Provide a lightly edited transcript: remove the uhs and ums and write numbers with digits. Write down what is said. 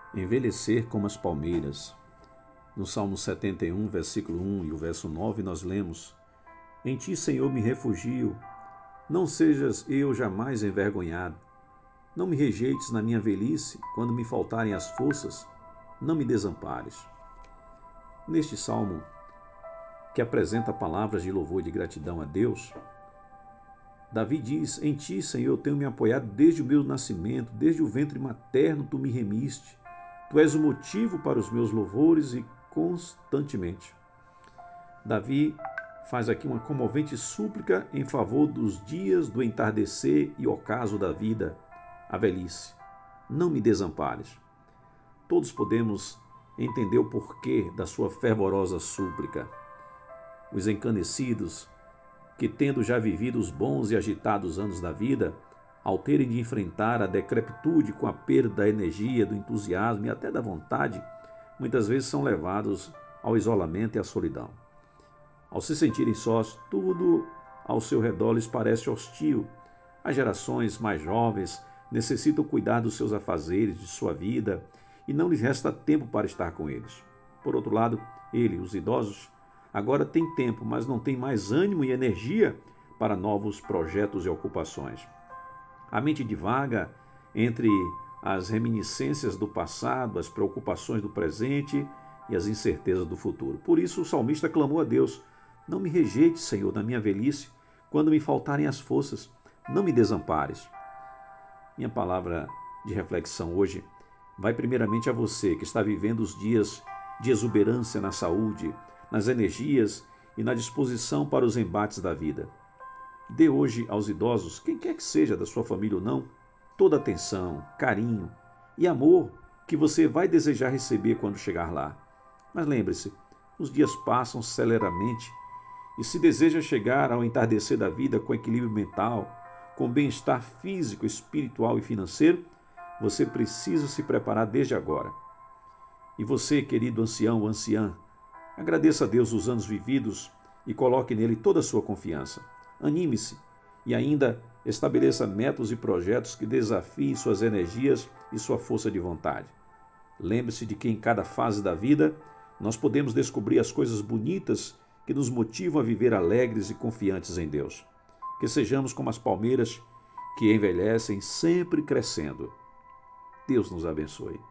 Envelhecer como as palmeiras. No Salmo 71, versículo 1 e o verso 9, nós lemos: Em ti, Senhor, me refugio, não sejas eu jamais envergonhado. Não me rejeites na minha velhice, quando me faltarem as forças, não me desampares. Neste salmo, que apresenta palavras de louvor e de gratidão a Deus, Davi diz: Em ti, Senhor, eu tenho me apoiado desde o meu nascimento, desde o ventre materno tu me remiste. Tu és o motivo para os meus louvores e constantemente. Davi faz aqui uma comovente súplica em favor dos dias do entardecer e ocaso da vida, a velhice. Não me desampares. Todos podemos entender o porquê da sua fervorosa súplica. Os encanecidos, que tendo já vivido os bons e agitados anos da vida, ao terem de enfrentar a decrepitude com a perda da energia, do entusiasmo e até da vontade, muitas vezes são levados ao isolamento e à solidão. Ao se sentirem sós, tudo ao seu redor lhes parece hostil. As gerações mais jovens necessitam cuidar dos seus afazeres, de sua vida, e não lhes resta tempo para estar com eles. Por outro lado, os idosos, agora têm tempo, mas não têm mais ânimo e energia para novos projetos e ocupações. A mente divaga entre as reminiscências do passado, as preocupações do presente e as incertezas do futuro. Por isso o salmista clamou a Deus: Não me rejeite, Senhor, na minha velhice, quando me faltarem as forças, não me desampares. Minha palavra de reflexão hoje vai primeiramente a você que está vivendo os dias de exuberância na saúde, nas energias e na disposição para os embates da vida. Dê hoje aos idosos, quem quer que seja da sua família ou não, toda atenção, carinho e amor que você vai desejar receber quando chegar lá. Mas lembre-se, os dias passam celeramente e se deseja chegar ao entardecer da vida com equilíbrio mental, com bem-estar físico, espiritual e financeiro, você precisa se preparar desde agora. E você, querido ancião ou anciã, agradeça a Deus os anos vividos e coloque nele toda a sua confiança. Anime-se e ainda estabeleça metas e projetos que desafiem suas energias e sua força de vontade. Lembre-se de que em cada fase da vida nós podemos descobrir as coisas bonitas que nos motivam a viver alegres e confiantes em Deus. Que sejamos como as palmeiras que envelhecem sempre crescendo. Deus nos abençoe.